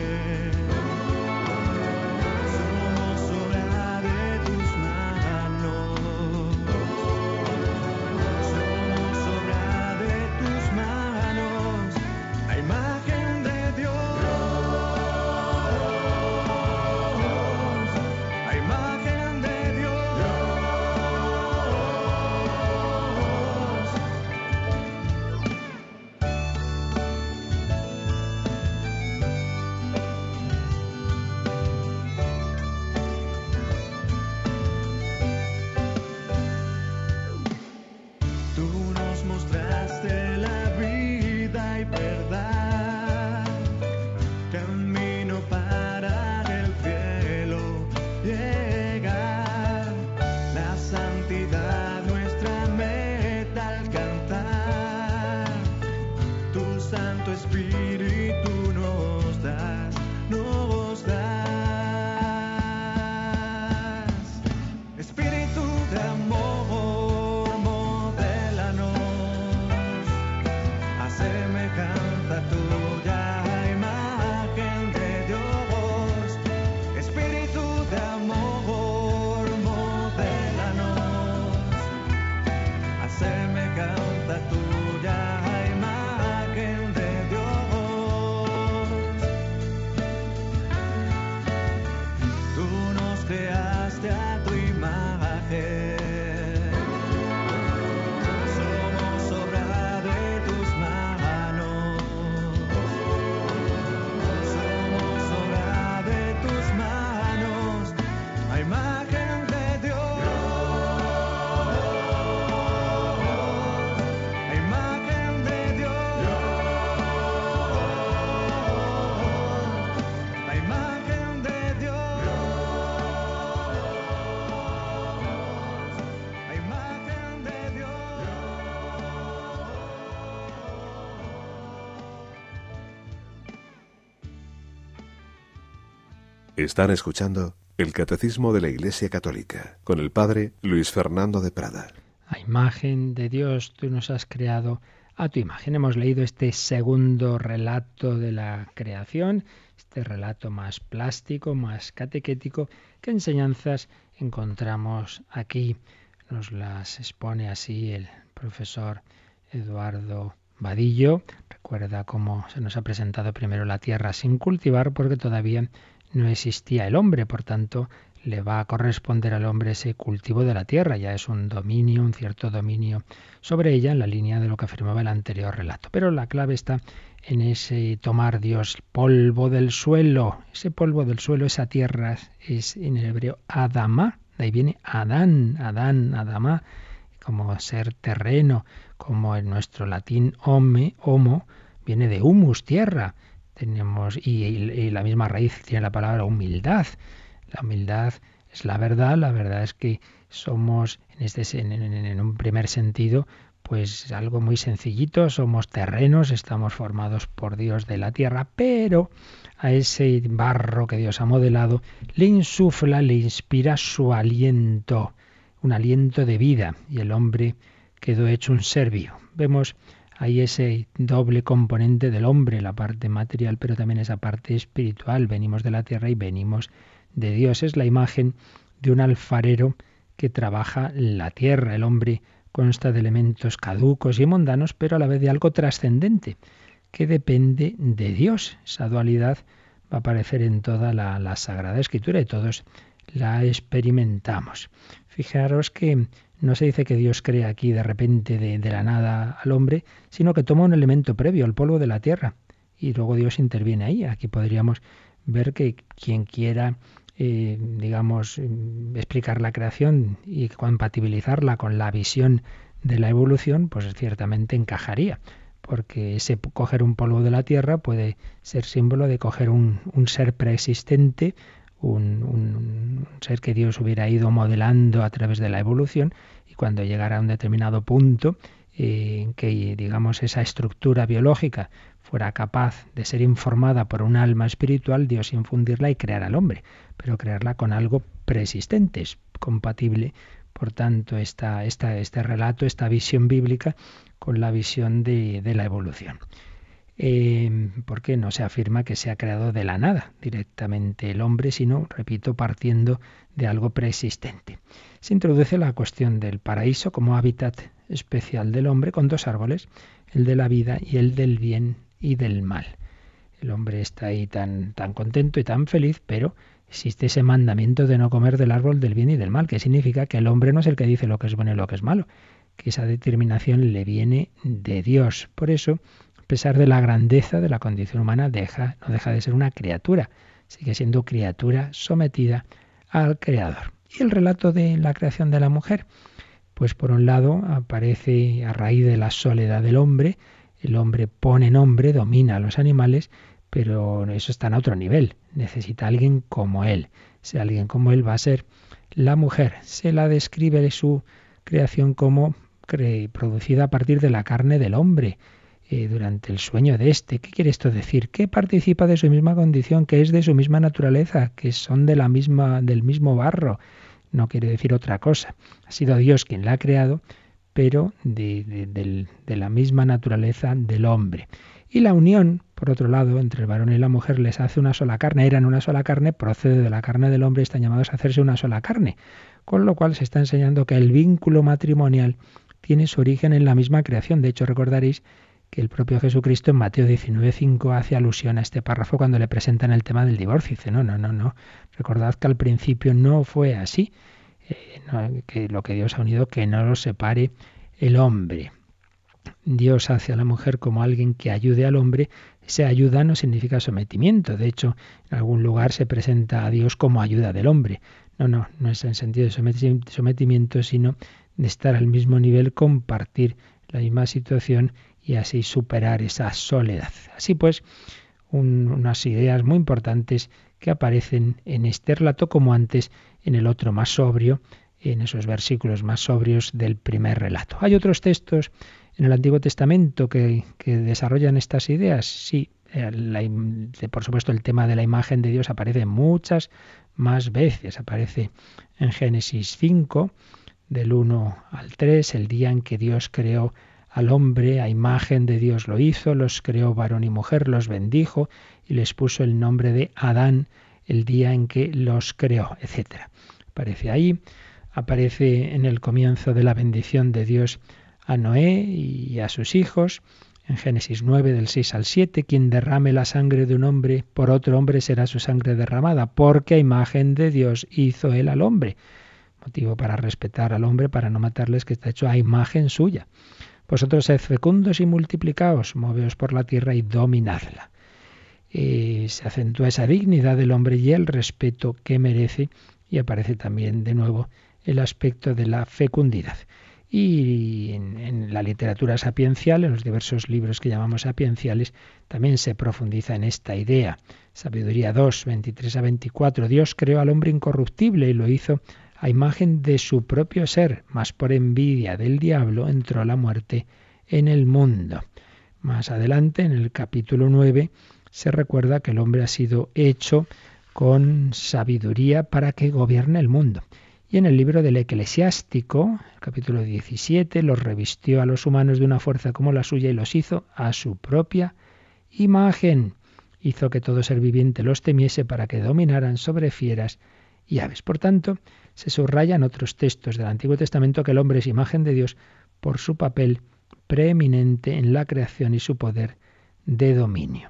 Nuestra meta alcanzar. Santo Espíritu nos das, nos das. Espíritu de amor, modélanos a semejanza tuya, imagen de Dios. Espíritu de amor, modélanos a semejanza tuya, imagen de Dios. Tú nos creaste a tu imagen. Somos obra de tus manos. Somos obra de tus manos, a imagen de Dios. A imagen de Dios. A imagen de Dios. A imagen de Dios. Están escuchando el Catecismo de la Iglesia Católica con el Padre Luis Fernando de Prada. A imagen de Dios tú nos has creado a tu imagen. Hemos leído este segundo relato de la creación, este relato más plástico, más catequético. ¿Qué enseñanzas encontramos aquí? Nos las expone así el profesor Eduardo Vadillo. Recuerda cómo se nos ha presentado primero la tierra sin cultivar, porque todavía no existía el hombre, por tanto le va a corresponder al hombre ese cultivo de la tierra, ya es un dominio, un cierto dominio sobre ella en la línea de lo que afirmaba el anterior relato. Pero la clave está en ese tomar Dios polvo del suelo, ese polvo del suelo, esa tierra es en el hebreo Adamá, de ahí viene Adán, Adamá, como ser terreno, como en nuestro latín homo, viene de humus, tierra. Tenemos, y la misma raíz tiene la palabra humildad. La humildad es la verdad es que somos, en un primer sentido, pues algo muy sencillito, somos terrenos, estamos formados por Dios de la tierra, pero a ese barro que Dios ha modelado le insufla, le inspira su aliento, un aliento de vida, y el hombre quedó hecho un ser vivo. Vemos hay ese doble componente del hombre, la parte material, pero también esa parte espiritual. Venimos de la tierra y venimos de Dios. Es la imagen de un alfarero que trabaja la tierra. El hombre consta de elementos caducos y mundanos, pero a la vez de algo trascendente, que depende de Dios. Esa dualidad va a aparecer en toda la Sagrada Escritura y todos la experimentamos. Fijaros que no se dice que Dios crea aquí de repente de la nada al hombre, sino que toma un elemento previo, el polvo de la tierra, y luego Dios interviene ahí. Aquí podríamos ver que quien quiera, explicar la creación y compatibilizarla con la visión de la evolución, pues ciertamente encajaría, porque ese coger un polvo de la tierra puede ser símbolo de coger un ser preexistente, un ser que Dios hubiera ido modelando a través de la evolución, y cuando llegara a un determinado punto en que, digamos, esa estructura biológica fuera capaz de ser informada por un alma espiritual, Dios infundirla y crear al hombre, pero crearla con algo preexistente, es compatible, por tanto, este relato, esta visión bíblica con la visión de la evolución. Porque no se afirma que se ha creado de la nada directamente el hombre, sino, repito, partiendo de algo preexistente. Se introduce la cuestión del paraíso como hábitat especial del hombre, con dos árboles, el de la vida y el del bien y del mal. El hombre está ahí tan contento y tan feliz, pero existe ese mandamiento de no comer del árbol del bien y del mal, que significa que el hombre no es el que dice lo que es bueno y lo que es malo, que esa determinación le viene de Dios. Por eso, a pesar de la grandeza de la condición humana, no deja de ser una criatura, sigue siendo criatura sometida al Creador. Y el relato de la creación de la mujer, pues por un lado aparece a raíz de la soledad del hombre, el hombre pone nombre, domina a los animales, pero eso está en otro nivel, necesita alguien como él. Ese alguien como él va a ser la mujer. Se la describe su creación como producida a partir de la carne del hombre. durante el sueño de este. ¿Qué quiere esto decir? Que participa de su misma condición, que es de su misma naturaleza, que son del mismo barro. No quiere decir otra cosa. Ha sido Dios quien la ha creado, pero de la misma naturaleza del hombre. Y la unión, por otro lado, entre el varón y la mujer les hace una sola carne. Eran una sola carne, procede de la carne del hombre, están llamados a hacerse una sola carne. Con lo cual se está enseñando que el vínculo matrimonial tiene su origen en la misma creación. De hecho, recordaréis que el propio Jesucristo en Mateo 19:5 hace alusión a este párrafo cuando le presentan el tema del divorcio. Dice, no. Recordad que al principio no fue así. Que lo que Dios ha unido, que no lo separe el hombre. Dios hace a la mujer como alguien que ayude al hombre. Ese ayuda no significa sometimiento. De hecho, en algún lugar se presenta a Dios como ayuda del hombre. No es en sentido de sometimiento, sino de estar al mismo nivel, compartir la misma situación y así superar esa soledad. Así pues, unas ideas muy importantes que aparecen en este relato como antes en el otro más sobrio, en esos versículos más sobrios del primer relato. ¿Hay otros textos en el Antiguo Testamento que desarrollan estas ideas? Sí, por supuesto el tema de la imagen de Dios aparece muchas más veces. Aparece en Génesis 5, del 1 al 3, el día en que Dios creó al hombre, a imagen de Dios lo hizo, los creó varón y mujer, los bendijo y les puso el nombre de Adán el día en que los creó, etc. Aparece ahí, aparece en el comienzo de la bendición de Dios a Noé y a sus hijos, en Génesis 9, del 6 al 7, quien derrame la sangre de un hombre, por otro hombre será su sangre derramada, porque a imagen de Dios hizo él al hombre. Motivo para respetar al hombre, para no matarles, que está hecho a imagen suya. Vosotros sed fecundos y multiplicaos, moveos por la tierra y dominadla. Se acentúa esa dignidad del hombre y el respeto que merece, y aparece también de nuevo el aspecto de la fecundidad. Y en la literatura sapiencial, en los diversos libros que llamamos sapienciales, también se profundiza en esta idea. Sabiduría 2, 23 a 24. Dios creó al hombre incorruptible y lo hizo a imagen de su propio ser, mas por envidia del diablo entró la muerte en el mundo. Más adelante, en el capítulo 9, se recuerda que el hombre ha sido hecho con sabiduría para que gobierne el mundo. Y en el libro del Eclesiástico, el capítulo 17, los revistió a los humanos de una fuerza como la suya y los hizo a su propia imagen. Hizo que todo ser viviente los temiese para que dominaran sobre fieras y aves. Por tanto, se subrayan otros textos del Antiguo Testamento que el hombre es imagen de Dios por su papel preeminente en la creación y su poder de dominio.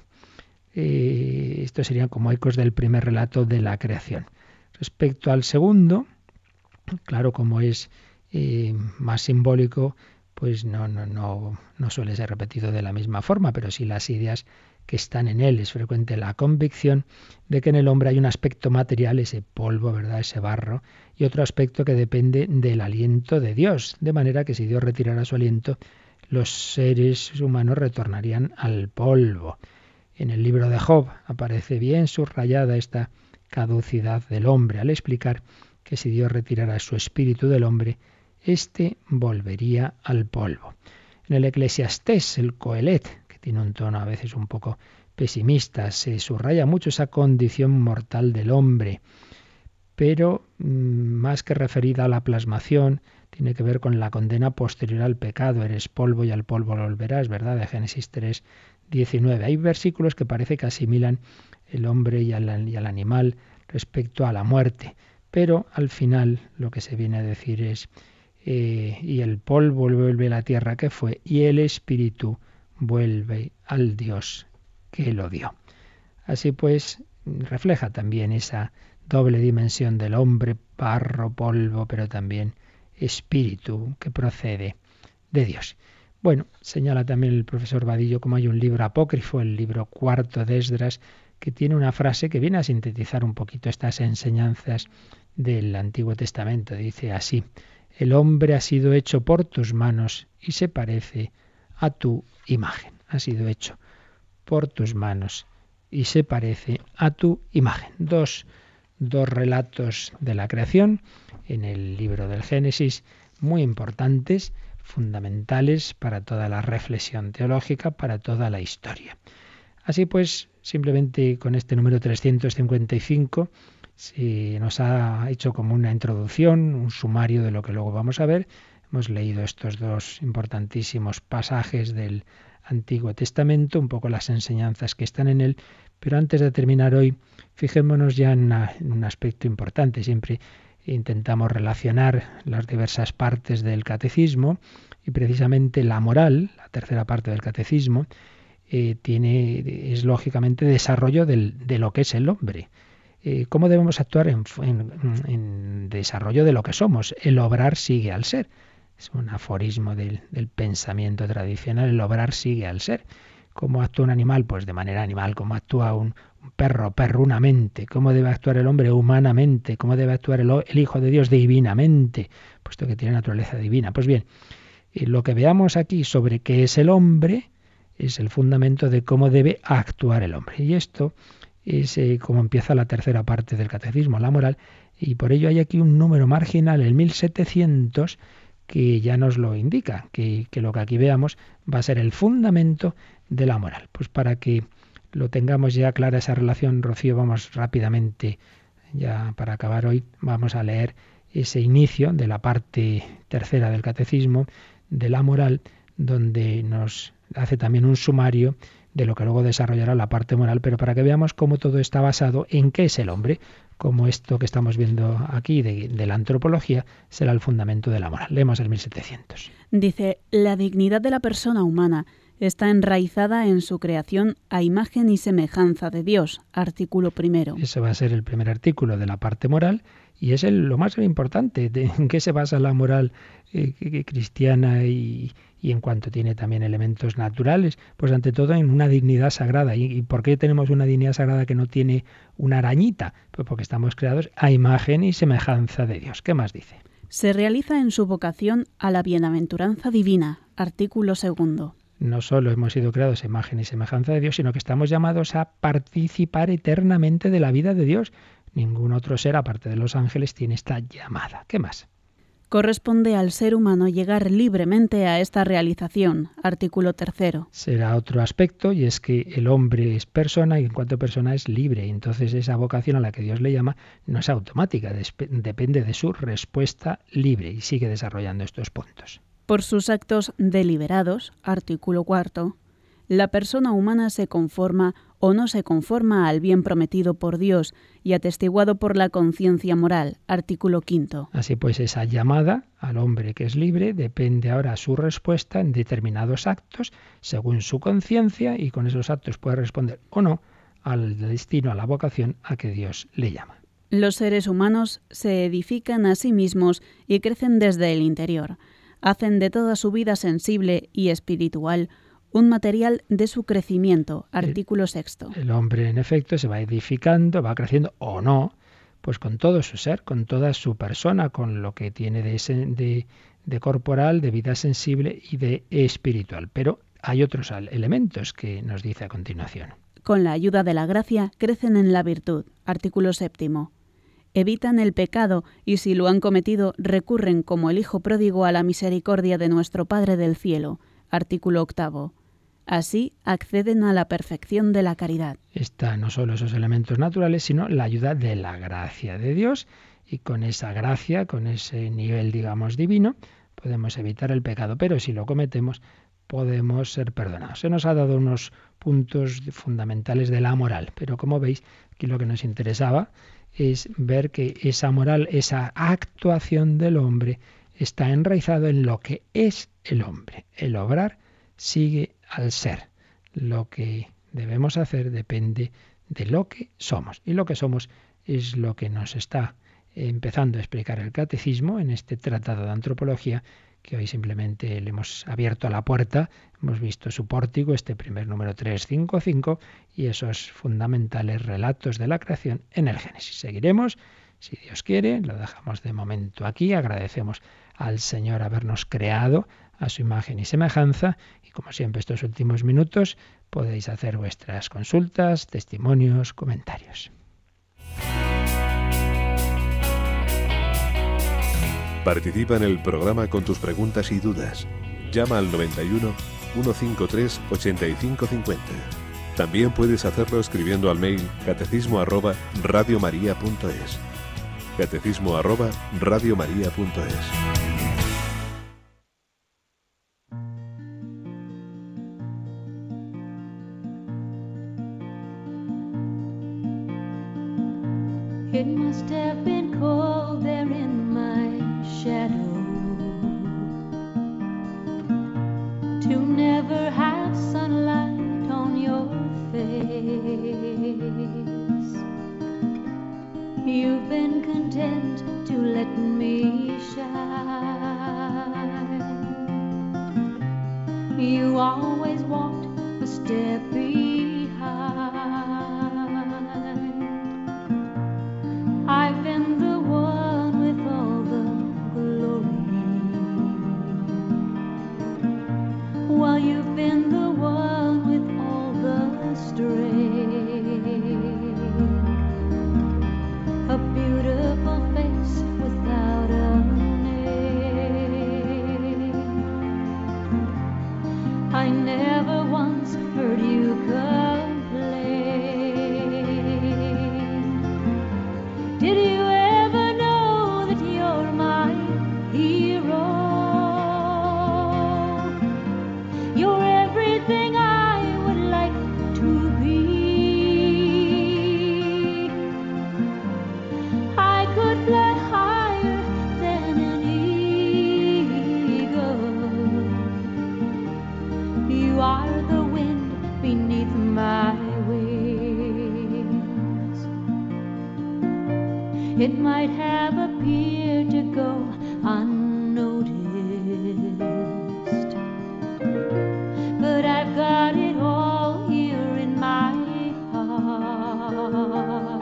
Esto sería como ecos del primer relato de la creación. Respecto al segundo, claro, como es más simbólico, pues no suele ser repetido de la misma forma, pero sí las ideas que están en él. Es frecuente la convicción de que en el hombre hay un aspecto material, ese polvo, ¿verdad?, ese barro, y otro aspecto que depende del aliento de Dios, de manera que si Dios retirara su aliento, los seres humanos retornarían al polvo. En el libro de Job aparece bien subrayada esta caducidad del hombre, al explicar que si Dios retirara su espíritu del hombre, éste volvería al polvo. En el Eclesiastés, el Coelet, que tiene un tono a veces un poco pesimista, se subraya mucho esa condición mortal del hombre, pero más que referida a la plasmación, tiene que ver con la condena posterior al pecado. Eres polvo y al polvo volverás, ¿verdad? De Génesis 3, 19. Hay versículos que parece que asimilan el hombre y al animal respecto a la muerte, pero al final lo que se viene a decir es y el polvo vuelve a la tierra que fue y el espíritu vuelve al Dios que lo dio. Así pues, refleja también esa doble dimensión del hombre, barro, polvo, pero también espíritu que procede de Dios. Bueno, señala también el profesor Vadillo como hay un libro apócrifo, el libro cuarto de Esdras, que tiene una frase que viene a sintetizar un poquito estas enseñanzas del Antiguo Testamento. Dice así: el hombre ha sido hecho por tus manos y se parece a tu imagen. Ha sido hecho por tus manos y se parece a tu imagen. Dos relatos de la creación en el libro del Génesis muy importantes, fundamentales para toda la reflexión teológica, para toda la historia. Así pues, simplemente con este número 355 se nos ha hecho como una introducción, un sumario de lo que luego vamos a ver. Hemos leído estos dos importantísimos pasajes del Antiguo Testamento, un poco las enseñanzas que están en él, pero antes de terminar hoy, fijémonos ya en un aspecto importante. Siempre intentamos relacionar las diversas partes del catecismo y precisamente la moral, la tercera parte del catecismo, es lógicamente desarrollo de lo que es el hombre. ¿Cómo debemos actuar en desarrollo de lo que somos? El obrar sigue al ser. Es un aforismo del pensamiento tradicional, el obrar sigue al ser. ¿Cómo actúa un animal? Pues de manera animal. ¿Cómo actúa un perro? Perrunamente. ¿Cómo debe actuar el hombre? Humanamente. ¿Cómo debe actuar el Hijo de Dios? Divinamente, puesto que tiene naturaleza divina. Pues bien, lo que veamos aquí sobre qué es el hombre es el fundamento de cómo debe actuar el hombre. Y esto es como empieza la tercera parte del catecismo, la moral, y por ello hay aquí un número marginal, el 1700, que ya nos lo indica, que lo que aquí veamos va a ser el fundamento de la moral. Pues para que lo tengamos ya clara esa relación, Rocío, vamos rápidamente, ya para acabar hoy, vamos a leer ese inicio de la parte tercera del catecismo, de la moral, donde nos hace también un sumario de lo que luego desarrollará la parte moral, pero para que veamos cómo todo está basado en qué es el hombre, como esto que estamos viendo aquí de la antropología será el fundamento de la moral. Leemos el 1700. Dice, la dignidad de la persona humana está enraizada en su creación a imagen y semejanza de Dios, artículo primero. Ese va a ser el primer artículo de la parte moral y es lo más importante, en qué se basa la moral cristiana y en cuanto tiene también elementos naturales, pues ante todo en una dignidad sagrada. ¿Y por qué tenemos una dignidad sagrada que no tiene una arañita? Pues porque estamos creados a imagen y semejanza de Dios. ¿Qué más dice? Se realiza en su vocación a la bienaventuranza divina, artículo segundo. No solo hemos sido creados a imagen y semejanza de Dios, sino que estamos llamados a participar eternamente de la vida de Dios. Ningún otro ser, aparte de los ángeles, tiene esta llamada. ¿Qué más? Corresponde al ser humano llegar libremente a esta realización, artículo tercero. Será otro aspecto, y es que el hombre es persona y en cuanto persona es libre. Y entonces esa vocación a la que Dios le llama no es automática, depende de su respuesta libre y sigue desarrollando estos puntos. Por sus actos deliberados, artículo cuarto, la persona humana se conforma o no se conforma al bien prometido por Dios y atestiguado por la conciencia moral, artículo quinto. Así pues, esa llamada al hombre que es libre depende ahora su respuesta en determinados actos, según su conciencia, y con esos actos puede responder o no al destino, a la vocación a que Dios le llama. Los seres humanos se edifican a sí mismos y crecen desde el interior. Hacen de toda su vida sensible y espiritual un material de su crecimiento, artículo sexto. El hombre, en efecto, se va edificando, va creciendo o no, pues con todo su ser, con toda su persona, con lo que tiene de corporal, de vida sensible y de espiritual. Pero hay otros elementos que nos dice a continuación. Con la ayuda de la gracia crecen en la virtud, artículo séptimo. Evitan el pecado y si lo han cometido recurren como el Hijo pródigo a la misericordia de nuestro Padre del cielo, artículo octavo. Así acceden a la perfección de la caridad. Está no solo esos elementos naturales, sino la ayuda de la gracia de Dios, y con esa gracia, con ese nivel, digamos, divino, podemos evitar el pecado, pero si lo cometemos, podemos ser perdonados. Se nos ha dado unos puntos fundamentales de la moral, pero como veis, aquí lo que nos interesaba es ver que esa moral, esa actuación del hombre, está enraizado en lo que es el hombre. El obrar sigue al ser. Lo que debemos hacer depende de lo que somos. Y lo que somos es lo que nos está empezando a explicar el catecismo en este tratado de antropología, que hoy simplemente le hemos abierto la puerta, hemos visto su pórtico, este primer número 355, y esos fundamentales relatos de la creación en el Génesis. Seguiremos, si Dios quiere, lo dejamos de momento aquí, agradecemos al Señor habernos creado a su imagen y semejanza, y como siempre estos últimos minutos podéis hacer vuestras consultas, testimonios, comentarios. Participa en el programa con tus preguntas y dudas. Llama al 91 153 8550. También puedes hacerlo escribiendo al mail catecismo@radiomaria.es. catecismo@radiomaria.es. It must have been cold there in my shadow to never have sunlight on your face. You've been content to let me shine. You always walked a step behind. I've been the one with all the glory, while you've been the one with all the strength. A beautiful face without a name. I never once heard you complain. Did you ever know that you're my hero? You're everything I would like to be. I could fly higher than an eagle. You are the wind beneath my wings. It might have appeared to go unnoticed, but I've got it all here in my heart.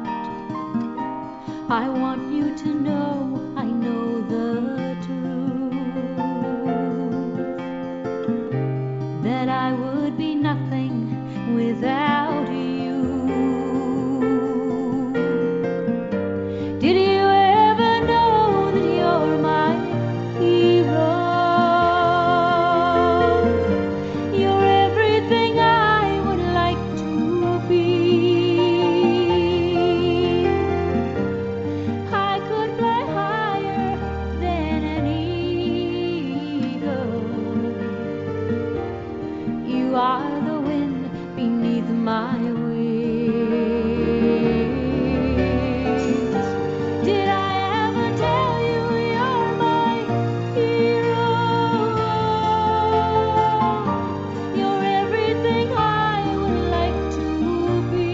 I want you to know I know the truth, that I would be nothing without you. Did you ever know that you're my hero? You're everything I would like to be. I could fly higher than an eagle. You are the wind beneath my wings. Did I ever tell you you're my hero? You're everything I would like to be.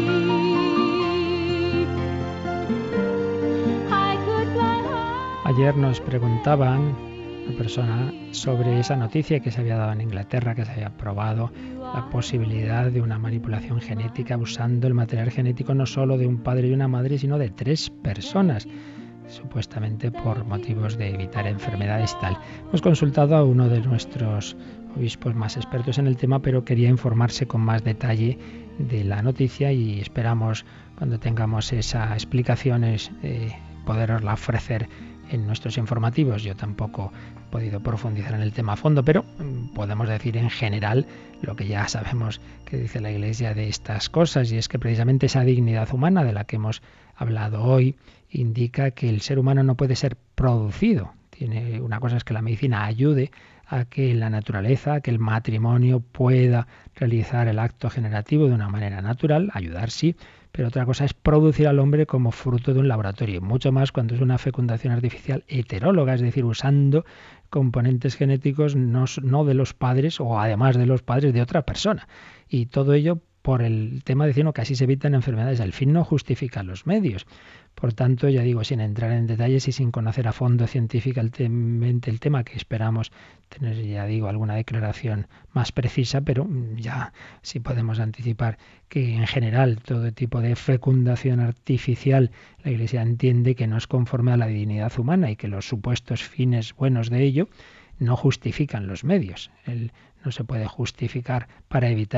I could fly high. Ayer nos preguntaban una persona sobre esa noticia que se había dado en Inglaterra, que se había probado la posibilidad de una manipulación genética usando el material genético no solo de un padre y una madre, sino de 3 personas, supuestamente por motivos de evitar enfermedades y tal. Hemos consultado a uno de nuestros obispos más expertos en el tema, pero quería informarse con más detalle de la noticia y esperamos, cuando tengamos esa explicación, poderosla ofrecer en nuestros informativos. Yo tampoco he podido profundizar en el tema a fondo, pero podemos decir en general lo que ya sabemos que dice la Iglesia de estas cosas, y es que precisamente esa dignidad humana de la que hemos hablado hoy indica que el ser humano no puede ser producido. Una cosa es que la medicina ayude a que la naturaleza, que el matrimonio pueda realizar el acto generativo de una manera natural, ayudar sí, pero otra cosa es producir al hombre como fruto de un laboratorio, y mucho más cuando es una fecundación artificial heteróloga, es decir, usando componentes genéticos no de los padres o además de los padres de otra persona. Y todo ello por el tema de que así se evitan enfermedades. El fin no justifica los medios. Por tanto, ya digo, sin entrar en detalles y sin conocer a fondo científicamente el tema, que esperamos tener, ya digo, alguna declaración más precisa, pero ya sí podemos anticipar que en general todo tipo de fecundación artificial la Iglesia entiende que no es conforme a la dignidad humana y que los supuestos fines buenos de ello no justifican los medios. No se puede justificar para evitar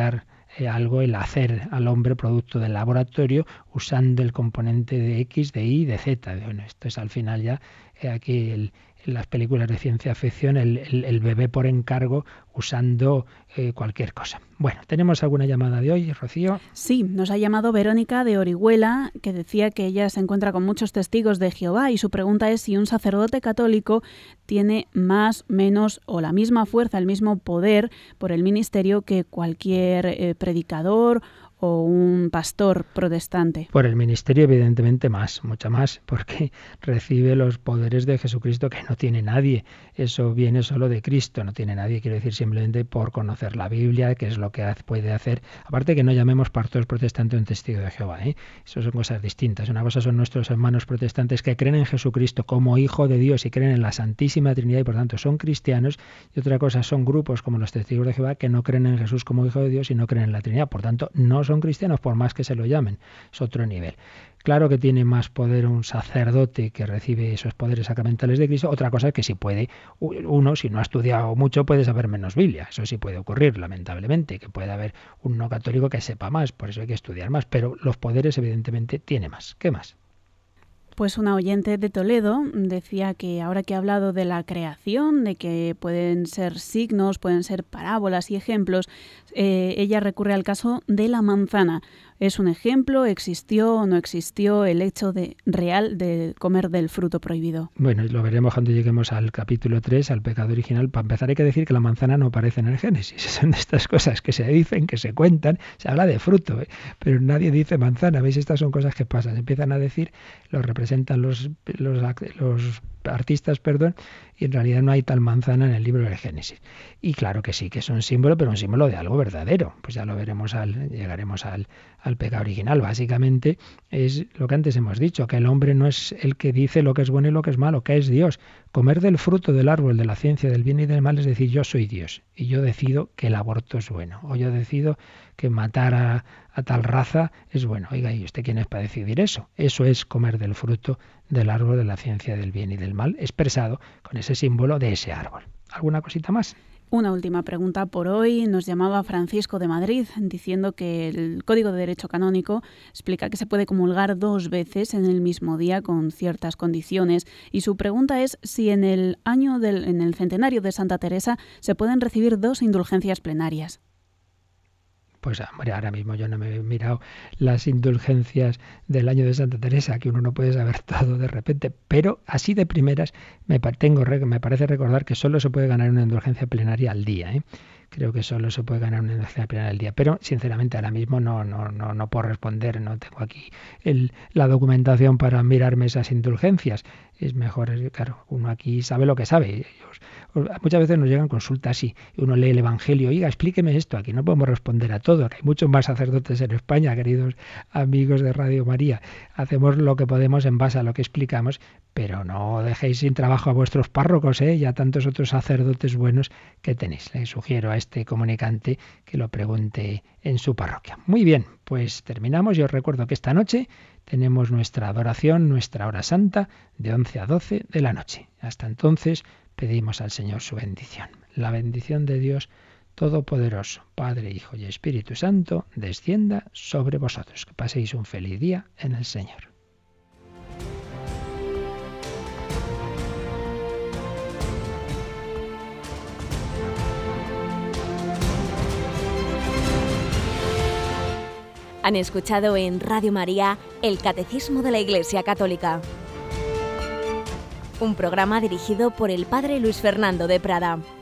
algo, el hacer al hombre producto del laboratorio usando el componente de X, de Y, de Z. Bueno, esto es al final ya aquí en las películas de ciencia ficción, el bebé por encargo usando cualquier cosa. Bueno, ¿tenemos alguna llamada de hoy, Rocío? Sí, nos ha llamado Verónica de Orihuela, que decía que ella se encuentra con muchos testigos de Jehová y su pregunta es si un sacerdote católico tiene más, menos o la misma fuerza, el mismo poder por el ministerio que cualquier predicador o un pastor protestante. Por el ministerio, evidentemente, más, mucho más, porque recibe los poderes de Jesucristo que no tiene nadie. Eso viene solo de Cristo, no tiene nadie, quiero decir, simplemente por conocer la Biblia, que es lo que puede hacer. Aparte que no llamemos pastor protestante un testigo de Jehová, ¿eh? Eso son cosas distintas. Una cosa son nuestros hermanos protestantes que creen en Jesucristo como Hijo de Dios y creen en la Santísima Trinidad y por tanto son cristianos, y otra cosa son grupos como los testigos de Jehová que no creen en Jesús como Hijo de Dios y no creen en la Trinidad. Por tanto, no son cristianos por más que se lo llamen. Es otro nivel. Claro que tiene más poder un sacerdote que recibe esos poderes sacramentales de Cristo. Otra cosa es que si puede, uno, si no ha estudiado mucho, puede saber menos Biblia. Eso sí puede ocurrir, lamentablemente, que puede haber un no católico que sepa más, por eso hay que estudiar más. Pero los poderes, evidentemente, tiene más. ¿Qué más? Pues una oyente de Toledo decía que ahora que ha hablado de la creación, de que pueden ser signos, pueden ser parábolas y ejemplos, ella recurre al caso de la manzana. ¿Es un ejemplo? ¿Existió o no existió el hecho real de comer del fruto prohibido? Bueno, lo veremos cuando lleguemos al capítulo 3, al pecado original. Para empezar hay que decir que la manzana no aparece en el Génesis. Son de estas cosas que se dicen, que se cuentan. Se habla de fruto, pero nadie dice manzana. ¿Veis? Estas son cosas que pasan. Se empiezan a decir, lo representan los artistas, y en realidad no hay tal manzana en el libro del Génesis. Y claro que sí, que es un símbolo, pero un símbolo de algo verdadero. Pues ya lo veremos, llegaremos al pecado original. Básicamente es lo que antes hemos dicho, que el hombre no es el que dice lo que es bueno y lo que es malo, que es Dios. Comer del fruto del árbol de la ciencia del bien y del mal es decir, yo soy Dios y yo decido que el aborto es bueno, o yo decido que matar a tal raza es bueno. Oiga, ¿y usted quién es para decidir eso? Eso es comer del fruto del árbol de la ciencia del bien y del mal, expresado con ese símbolo de ese árbol. ¿Alguna cosita más? Una última pregunta por hoy. Nos llamaba Francisco de Madrid diciendo que el Código de Derecho Canónico explica que se puede comulgar 2 veces en el mismo día con ciertas condiciones y su pregunta es si en el centenario de Santa Teresa se pueden recibir 2 indulgencias plenarias. Pues hombre, ahora mismo yo no me he mirado las indulgencias del año de Santa Teresa, que uno no puede saber todo de repente, pero así de primeras me parece recordar que solo se puede ganar una indulgencia plenaria al día, ¿eh? Creo que solo se puede ganar una indulgencia plenaria al día, pero sinceramente ahora mismo no puedo responder, no tengo aquí la documentación para mirarme esas indulgencias. Es mejor, claro, uno aquí sabe lo que sabe. Muchas veces nos llegan consultas y uno lee el Evangelio, oiga, explíqueme esto, aquí no podemos responder a todo, que hay muchos más sacerdotes en España, queridos amigos de Radio María. Hacemos lo que podemos en base a lo que explicamos, pero no dejéis sin trabajo a vuestros párrocos, y a tantos otros sacerdotes buenos que tenéis. Les sugiero a este comunicante que lo pregunte en su parroquia. Muy bien, pues terminamos y os recuerdo que esta noche tenemos nuestra adoración, nuestra hora santa, de 11 a 12 de la noche. Hasta entonces pedimos al Señor su bendición. La bendición de Dios Todopoderoso, Padre, Hijo y Espíritu Santo, descienda sobre vosotros. Que paséis un feliz día en el Señor. Han escuchado en Radio María el Catecismo de la Iglesia Católica, un programa dirigido por el Padre Luis Fernando de Prada.